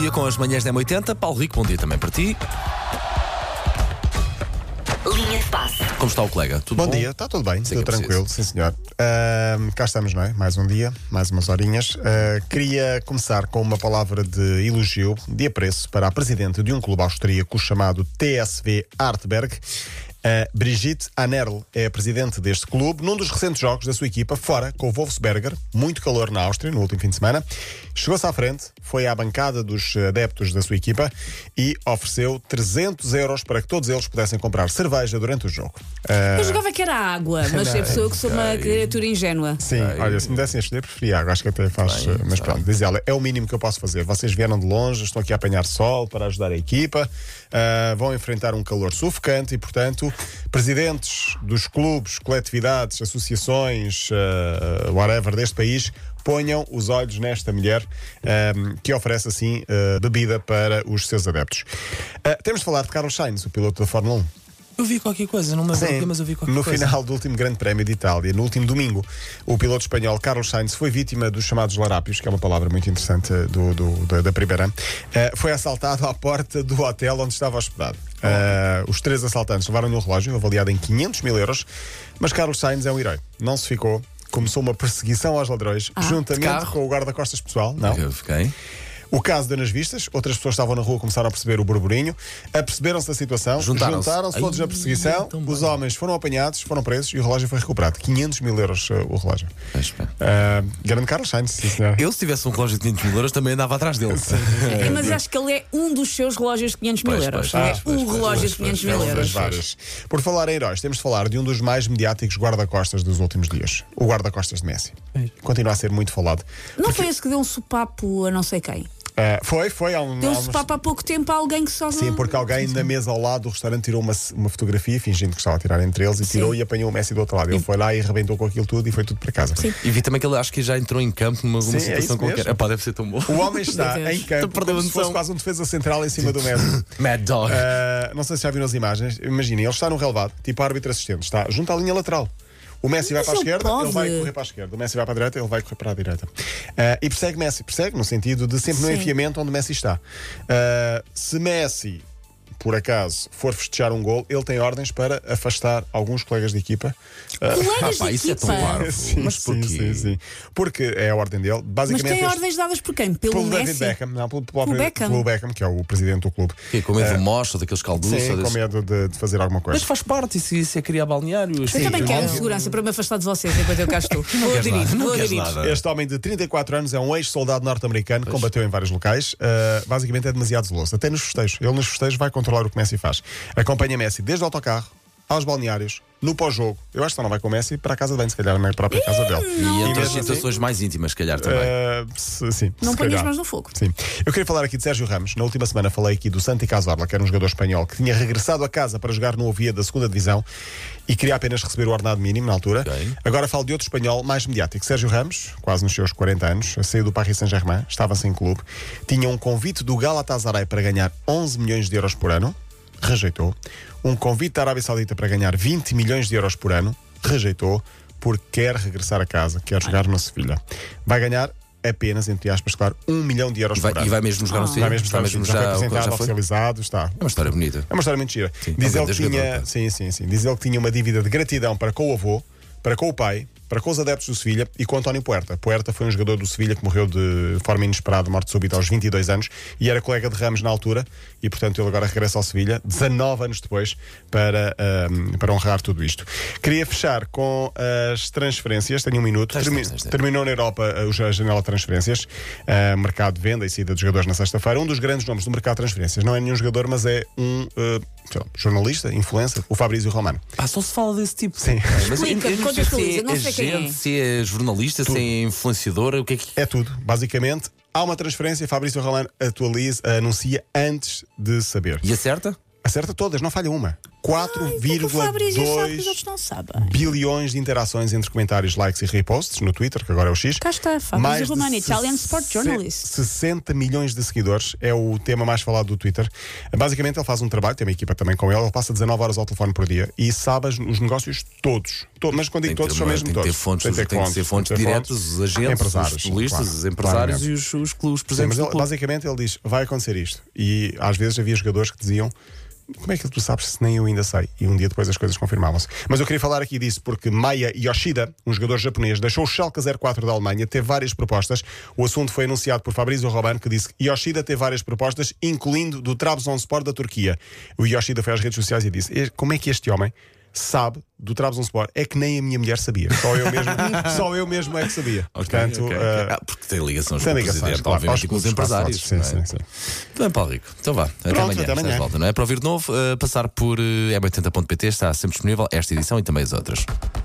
dia com as manhãs da M80. Paulo Rico, bom dia também para ti. Linha de passe. Como está o colega? Tudo bom? Bom dia, está tudo bem, Sei tudo que é tranquilo, sim senhor. Cá estamos, não é? Mais um dia, mais umas horinhas. Queria começar com uma palavra de elogio, de apreço para a presidente de um clube austríaco chamado TSV Artberg. Brigitte Anerl é a presidente deste clube. Num dos recentes jogos da sua equipa, fora com o Wolfsberger, muito calor na Áustria no último fim de semana, chegou-se à frente, foi à bancada dos adeptos da sua equipa e ofereceu 300 euros para que todos eles pudessem comprar cerveja durante o jogo. Eu jogava que era água, mas é pessoa que sou uma criatura ingênua. Sim, olha, se me dessem a escolher, preferia água. Acho que até faz. Mas pronto, diz ela, é o mínimo que eu posso fazer. Vocês vieram de longe, estão aqui a apanhar sol para ajudar a equipa, vão enfrentar um calor sufocante e, portanto, presidentes dos clubes, coletividades, associações, whatever deste país, ponham os olhos nesta mulher que oferece assim bebida para os seus adeptos. Temos de falar de Carlos Sainz, o piloto da Fórmula 1. Eu vi qualquer coisa, não me lembro aqui, mas eu vi qualquer coisa. No final do último Grande Prémio de Itália, no último domingo, o piloto espanhol Carlos Sainz foi vítima dos chamados larápios, que é uma palavra muito interessante da primeira. Foi assaltado à porta do hotel onde estava hospedado. Os três assaltantes levaram-lhe um relógio avaliado em 500 mil euros, mas Carlos Sainz é um herói. Não se ficou. Começou uma perseguição aos ladrões, juntamente com o guarda-costas pessoal. Não. Eu fiquei. O caso deu nas vistas, outras pessoas estavam na rua, começaram a perceber o burburinho, aperceberam-se da situação, juntaram-se todos na perseguição, os homens foram apanhados, foram presos e o relógio foi recuperado. 500 mil euros o relógio. Grande Carlos Sainz, sim senhor. Eu, se tivesse um relógio de 500 mil euros, também andava atrás dele. Mas acho que ele é um dos seus relógios de 500 mil euros. O relógio de 500 mil euros. Várias. Por falar em heróis, temos de falar de um dos mais mediáticos guarda-costas dos últimos dias. O guarda-costas de Messi. Continua a ser muito falado. Não foi esse que deu um sopapo a não sei quem? Foi há um. Deu um sopapo há pouco tempo a alguém que só. Sim, porque alguém na mesa ao lado do restaurante tirou uma fotografia, fingindo que estava a tirar entre eles, e tirou e apanhou o Messi do outro lado. Ele foi lá e arrebentou com aquilo tudo e foi tudo para casa. Sim. E vi também que ele acho que já entrou em campo numa situação qualquer. Deve ser tão bom. O homem está em campo como se fosse quase um defesa central em cima do Messi. Mad Dog. Não sei se já viram as imagens. Imaginem, ele está no relevado, tipo árbitro assistente, está junto à linha lateral. O Messi vai para a esquerda, ele vai correr para a esquerda. O Messi vai para a direita, ele vai correr para a direita. E persegue Messi. Persegue no sentido de sempre no enfiamento onde Messi está. Se Messi, por acaso, for festejar um gol, ele tem ordens para afastar alguns colegas de equipa. Colegas de isso equipa? É tão claro. Mas porquê? Sim. Porque é a ordem dele. Basicamente, mas tem ordens dadas por quem? Pelo David Messi? Beckham. Não, pelo Beckham, que é o presidente do clube. Com medo do mocho, daqueles calduços? Sim, com medo de fazer alguma coisa. Mas faz parte, isso é criar balneários. Eu também quero segurança para me afastar de vocês enquanto eu cá estou. Vou aderir. Este homem de 34 anos é um ex-soldado norte-americano que combateu em vários locais. Basicamente é demasiado zeloso, até nos festejos. Ele nos festejos vai controlar o que Messi faz. Acompanha Messi desde o autocarro aos balneários, no pós-jogo. Eu acho que não vai com o Messi para a casa de banho, se calhar na própria casa dele. E outras situações mais íntimas, se calhar também. Sim, não ponhas mãos no fogo. Sim. Eu queria falar aqui de Sérgio Ramos. Na última semana falei aqui do Santi Cazorla, que era um jogador espanhol que tinha regressado a casa para jogar no Oviedo da 2ª Divisão e queria apenas receber o ordenado mínimo na altura. Agora falo de outro espanhol mais mediático. Sérgio Ramos, quase nos seus 40 anos, saiu do Paris Saint-Germain, estava sem clube, tinha um convite do Galatasaray para ganhar 11 milhões de euros por ano. Rejeitou. Um convite da Arábia Saudita para ganhar 20 milhões de euros por ano. Rejeitou, porque quer regressar a casa, quer jogar no Sevilha. Vai ganhar apenas, entre aspas, claro, 1 milhão de euros por ano. E vai mesmo jogar no Sevilha? Vai mesmo jogar no Sevilha. Já foi apresentado, oficializado, está. É uma história bonita. É uma história muito gira. Diz ele que tinha, sim. Diz ele que tinha uma dívida de gratidão para com o avô, para com o pai, para com os adeptos do Sevilha e com António Puerta. Puerta foi um jogador do Sevilha que morreu de forma inesperada, morte súbita aos 22 anos e era colega de Ramos na altura e, portanto, ele agora regressa ao Sevilha 19 anos depois para honrar tudo isto. Queria fechar com as transferências. Tenho um minuto. Terminou na Europa a janela de transferências, mercado de venda e saída de jogadores na sexta-feira. Um dos grandes nomes do mercado de transferências não é nenhum jogador, mas é um jornalista, influencer, o Fabrício Romano. Só se fala desse tipo. Sim. Mas não sei quem é. Se é jornalista, se é influenciadora, o que é que... É tudo. Basicamente, há uma transferência, Fabrício Romano anuncia antes de saber. E acerta? Acerta todas, não falha uma. 4,2 bilhões de interações entre comentários, likes e reposts no Twitter, que agora é o X. Cá está, Fabrício Romano, Italian Sport Journalist. 60 milhões de seguidores, é o tema mais falado do Twitter. Basicamente, ele faz um trabalho, tem uma equipa também com ele passa 19 horas ao telefone por dia e sabe os negócios todos. Mas quando digo todos, são mesmo todos. Tem que ser fontes diretas, os agentes, os futebolistas, os empresários e os clubes presentes. Mas basicamente ele diz, vai acontecer isto. E às vezes havia jogadores que diziam: como é que tu sabes se nem eu ainda sei? E um dia depois as coisas confirmavam-se. Mas eu queria falar aqui disso porque Maya Yoshida, um jogador japonês, deixou o Schalke 04 da Alemanha, teve várias propostas. O assunto foi anunciado por Fabrício Romano, que disse que Yoshida teve várias propostas, incluindo do Trabzonspor da Turquia. O Yoshida foi às redes sociais e disse: como é que este homem sabe do Trabzonspor? É que nem a minha mulher sabia. Só eu mesmo é que sabia. Portanto, porque tem ligações com o presidente, obviamente, com os empresários. Sim. Bem, Paulo Rico. Então vá, até amanhã. Volta, não é? Para ouvir de novo, passar por m80.pt, está sempre disponível esta edição e também as outras.